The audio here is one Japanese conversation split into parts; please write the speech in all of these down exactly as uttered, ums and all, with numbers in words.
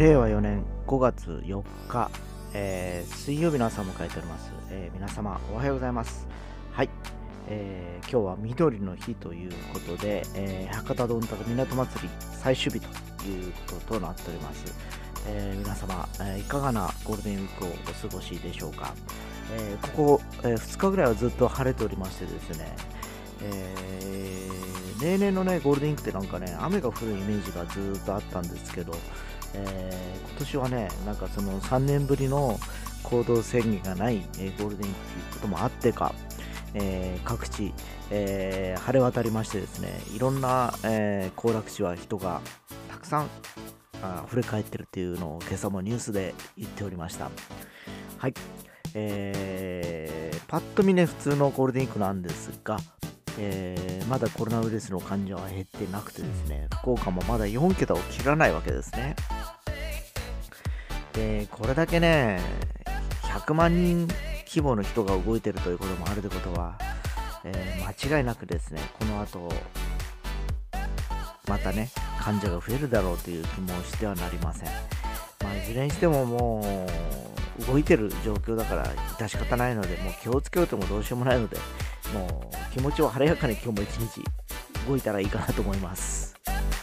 れいわよねんごがつよっか、えー水曜日の朝を迎えております。えー皆様おはようございます。はい、えー今日は緑の日ということで、えー博多どんたく港祭り最終日ということとなっております。えー皆様、えーいかがなゴールデンウィークをお過ごしでしょうか。えーここ、えーふつかぐらいはずっと晴れておりましてですね、えー例年のね、ゴールデンウィークってなんかね、雨が降るイメージがずっとあったんですけど、えー今年はね、なんかそのさんねんぶりの行動制限がない、えーゴールデンウィークということもあってか、えー各地、えー晴れ渡りましてですね、いろんな、えー行楽地は人がたくさんあ溢れ返ってるっていうのを今朝もニュースで言っておりました。はい。えーパッと見ね、普通のゴールデンウィークなんですが、えーまだコロナウイルスの患者は減ってなくてですね、福岡もまだよんけたを切らないわけですね。で、これだけね、ひゃくまんにん規模の人が動いてるということもあるということは、えー間違いなくですね、この後、またね、患者が増えるだろうという気もしてはなりません。まあ、いずれにしてももう、動いてる状況だから致し方ないので、もう気をつけようともどうしようもないので、もう気持ちを晴れやかに今日も一日動いたらいいかなと思います。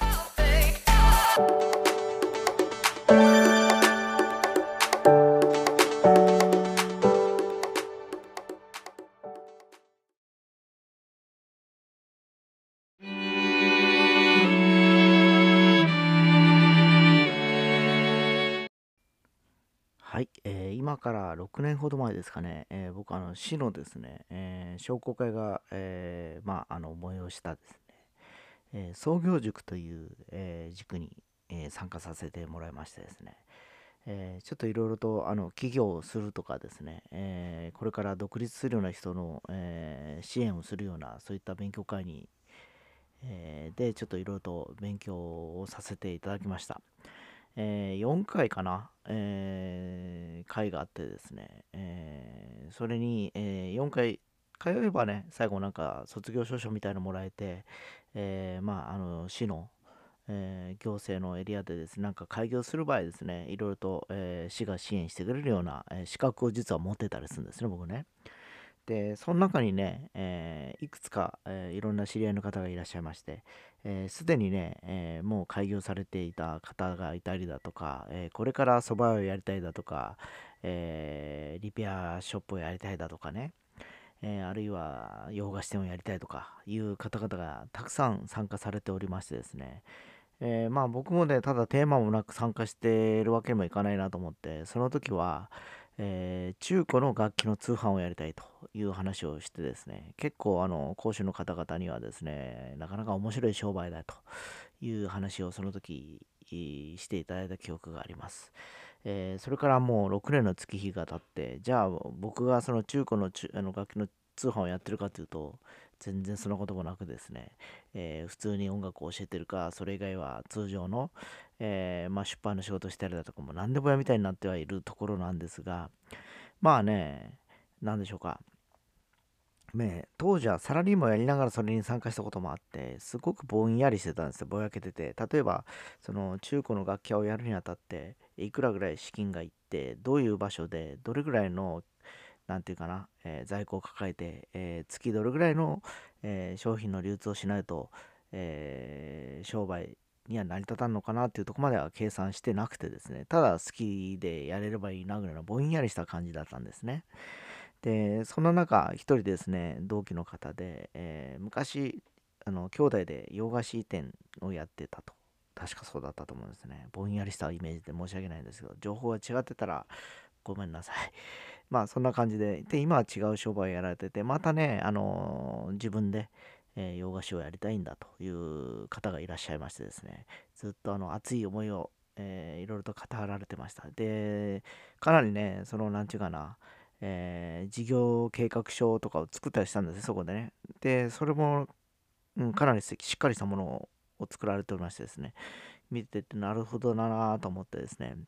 はい、えー今からろくねんほど前ですかね、えー僕あの市のですね、えー商工会が、えーまあ、あの催したですね、えー創業塾という、えー塾に、えー参加させてもらいましてですね、えーちょっといろいろとあの起業をするとかですね、えーこれから独立するような人の、えー支援をするようなそういった勉強会に、えーでちょっといろいろと勉強をさせていただきました。えーよんかいかな、えー会があってですね、えーそれに、えーよんかい通えばね、最後なんか卒業証書みたいのもらえて、えーまあ、あの市の、えー行政のエリアでですね、なんか開業する場合ですね、いろいろと、えー市が支援してくれるような、えー資格を実は持ってたりするんですね、僕ね。で、その中にね、えーいくつか、えーいろんな知り合いの方がいらっしゃいまして、えーすでにね、えーもう開業されていた方がいたりだとか、えーこれから蕎麦屋をやりたいだとか、えーリペアショップをやりたいだとかね、えーあるいは洋菓子店をやりたいとかいう方々がたくさん参加されておりましてですね、えーまあ僕もね、ただテーマもなく参加しているわけにもいかないなと思って、その時は、えー中古の楽器の通販をやりたいという話をしてですね、結構あの講師の方々にはですね、なかなか面白い商売だという話をその時していただいた記憶があります。えーそれからもうろくねんの月日が経って、じゃあ僕がその中古のちあの楽器の通販をやってるかというと、全然そんなこともなくですね、えー普通に音楽を教えてるか、それ以外は通常の、えーまあ、出版の仕事をしたりだとかも何でもやみたいになってはいるところなんですが、まあね、なんでしょうか。ね、当時はサラリーマンをやりながらそれに参加したこともあって、すごくぼんやりしてたんですよ、ぼやけてて。例えば、その中古の楽器屋をやるにあたって、いくらぐらい資金がいって、どういう場所で、どれぐらいの、なんていうかな、えー在庫を抱えて、えー月どれぐらいの、えー商品の流通をしないと、えー商売には成り立たんのかなっていうところまでは計算してなくてですね、ただ好きでやれればいいなぐらいのぼんやりした感じだったんですね。で、その中、一人ですね、同期の方で、えー昔、あの、兄弟で洋菓子店をやってたと。確かそうだったと思うんですね。ぼんやりしたイメージで申し訳ないんですけど、情報が違ってたらごめんなさい。まあ、そんな感じで、で、今は違う商売をやられてて、またね、あのー自分で、えー洋菓子をやりたいんだという方がいらっしゃいましてですね、ずっとあの熱い思いを、えーいろいろと語られてました。で、かなりね、その、なんちゅうかな、えー事業計画書とかを作ったりしたんですね、そこでね。で、それも、うん、かなりしっかりしたものを作られておりましてですね、見ててなるほどだなと思ってですね、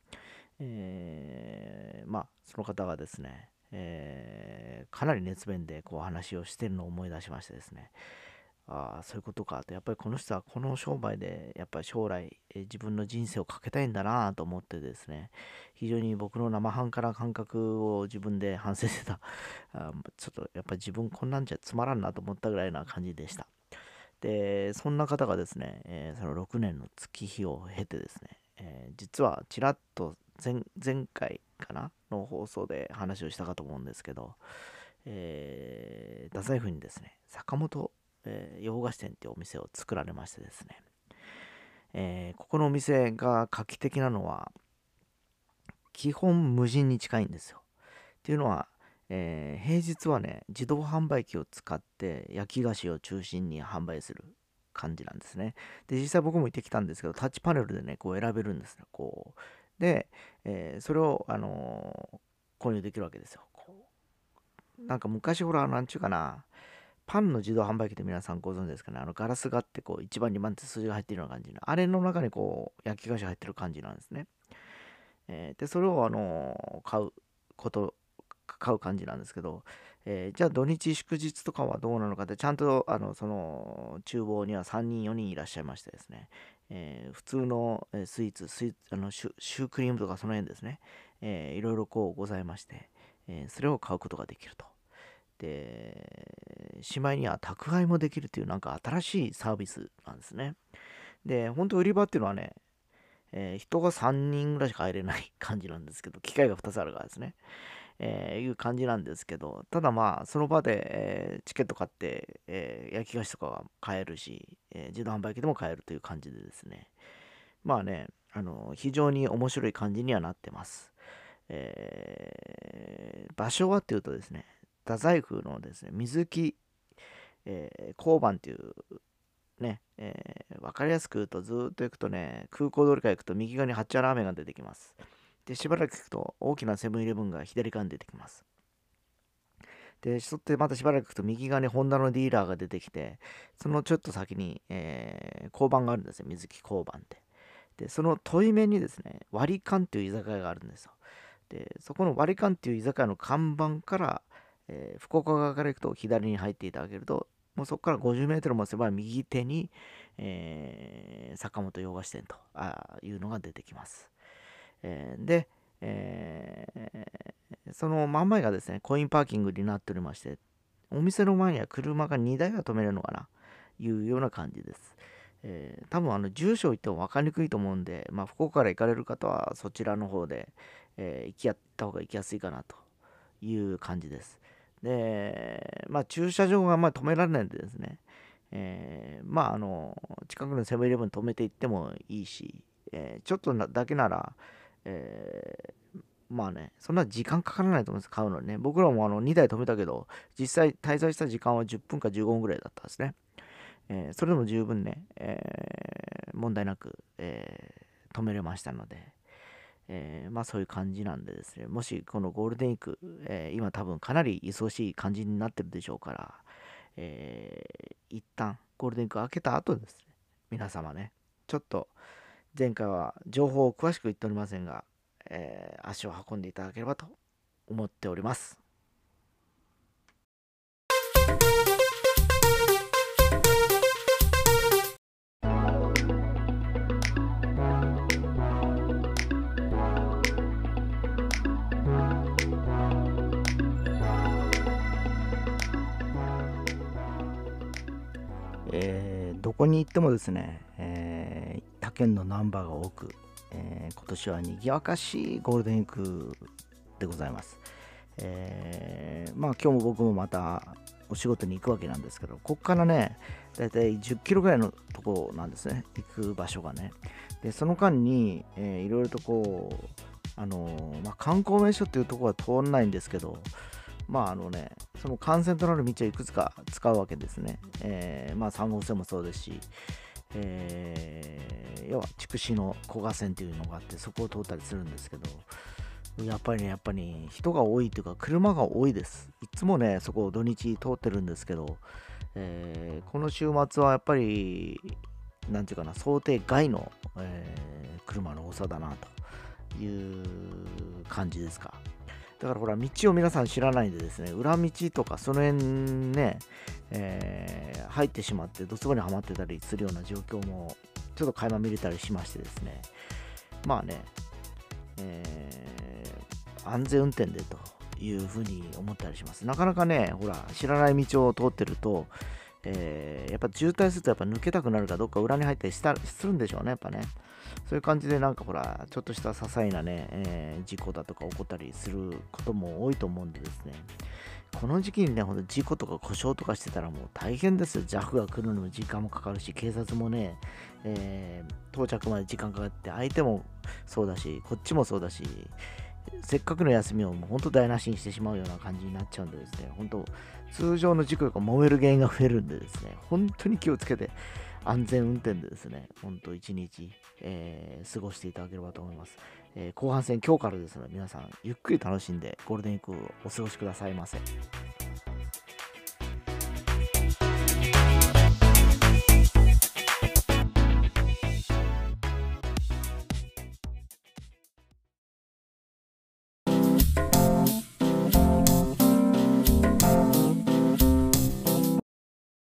えーまあ、その方がですね、えーかなり熱弁でこう話をしてるのを思い出しましてですね、 ああ、そういうことかと、やっぱりこの人はこの商売でやっぱり将来、えー自分の人生をかけたいんだなと思ってですね、非常に僕の生半可な感覚を自分で反省してた。あーちょっとやっぱり自分こんなんじゃつまらんなと思ったぐらいな感じでした。で、そんな方がですね、えーそのろくねんの月日を経てですね、えー実はちらっと前前回かなの放送で話をしたかと思うんですけど、えー、太宰府にですね、坂本、えー洋菓子店っていうお店を作られましてですね、えーここのお店が画期的なのは、基本無人に近いんですよ。っていうのは、えー平日はね、自動販売機を使って焼き菓子を中心に販売する感じなんですね。で、実際僕も行ってきたんですけど、タッチパネルでね、こう選べるんですね。こう。で、えーそれを、あのー購入できるわけですよ。こうなんか昔ほら、なんちゅうかな、パンの自動販売機って皆さんご存知ですかね。あのガラスがあってこういちばんにばんって数字が入っているような感じの。あれの中にこう焼き菓子が入ってる感じなんですね。えーで、それをあの買うこと、買う感じなんですけど、えーじゃあ土日祝日とかはどうなのかって、ちゃんとあのその厨房にはさんにんよにんいらっしゃいましてですね、えー普通のえースイーツ、スイーツあのシュ、シュークリームとかその辺ですね、えーいろいろこうございまして、えーそれを買うことができると。で、しまいには宅配もできるというなんか新しいサービスなんですね。で、本当売り場っていうのはね、えー人がさんにんぐらいしか入れない感じなんですけど、機械がふたつあるからですね、えーいう感じなんですけど、ただまあ、その場で、えーチケット買って、えー焼き菓子とかが買えるし、えー自動販売機でも買えるという感じでですね、まあね、あの非常に面白い感じにはなってます。えー場所はっていうとですね、太宰府のですね、水木、えー交番っていうね、えー、分かりやすく言うと、ずーっと行くとね、空港通りから行くと右側に八丁ラーメンが出てきます。で、しばらく行くと大きなセブンイレブンが左側に出てきます。で、そってまたしばらく行くと右側にホンダのディーラーが出てきて、そのちょっと先に、えー交番があるんですよ、水木交番って。で、その問い面にですね、割り勘っていう居酒屋があるんですよ。で、そこの割り勘っていう居酒屋の看板から、えー福岡側から行くと左に入っていただけると、もうそこからごじゅうメートルもすれば右手に、えー坂本洋菓子店とあーいうのが出てきます。えーで、えーその真ん前がですね、コインパーキングになっておりまして、お店の前には車がにだいは止めれるのかな、いうような感じです。えー多分あの住所言っても分かりにくいと思うんで、まあ、福岡から行かれる方はそちらの方で、えー行きやった方が行きやすいかなという感じです。で、まあ、駐車場がまあ止められないんでですね、えーまああの近くのセブンイレブン止めて行ってもいいし、えーちょっとなだけなら、えーまあね、そんな時間かからないと思うんです、買うのにね。僕らもあのにだい止めたけど、実際滞在した時間はじゅっぷんかじゅうごふんぐらいだったんですね。えーそれでも十分ね、えー問題なく、えー止めれましたので、えーまあそういう感じなんでですね、もしこのゴールデンウィーク、えー今多分かなり忙しい感じになってるでしょうから、えー一旦ゴールデンウィーク明けた後ですね、皆様ね、ちょっと前回は情報を詳しく言っておりませんが、えー足を運んでいただければと思っております。えーどこに行ってもですね、えー他県のナンバーが多く、えー今年は賑やかしいゴールデンウィークでございます。えーまあ今日も僕もまたお仕事に行くわけなんですけど、ここからね、だいたいじゅっキロぐらいのとこなんですね、行く場所がね。で、その間に、えーいろいろとこう、あのーまあ、観光名所っていうところは通んないんですけど、まああのね、その幹線となる道をいくつか使うわけですね。えーまあさん号線もそうですし、えー要は筑紫の古賀線っていうのがあって、そこを通ったりするんですけど、やっぱりね、やっぱり人が多いというか、車が多いです。いつもね、そこを土日通ってるんですけど、えーこの週末はやっぱり、なんていうかな、想定外の、えー車の多さだなという感じですか。 だからほら、道を皆さん知らないんでですね、裏道とかその辺ね、えー入ってしまってドツボにはまってたりするような状況もちょっと垣間見れたりしましてですね、まあね、えー安全運転でというふうに思ったりします。なかなかね、ほら、知らない道を通ってると、えーやっぱ渋滞するとやっぱ抜けたくなるかどっか裏に入ったりしたするんでしょうね、やっぱね。そういう感じでなんかほら、ちょっとした些細なね、えー事故だとか起こったりすることも多いと思うんでですね、この時期にね、ほんと事故とか故障とかしてたらもう大変ですよ。ジャフが来るのも時間もかかるし、警察もね、えー到着まで時間かかって、相手もそうだし、こっちもそうだし、せっかくの休みをもう本当台無しにしてしまうような感じになっちゃうんでですね、本当通常の事故より揉める原因が増えるんでですね、本当に気をつけて安全運転でですね、本当一日、えー過ごしていただければと思います。えー後半戦今日からですので、皆さんゆっくり楽しんでゴールデンウィークをお過ごしくださいませ。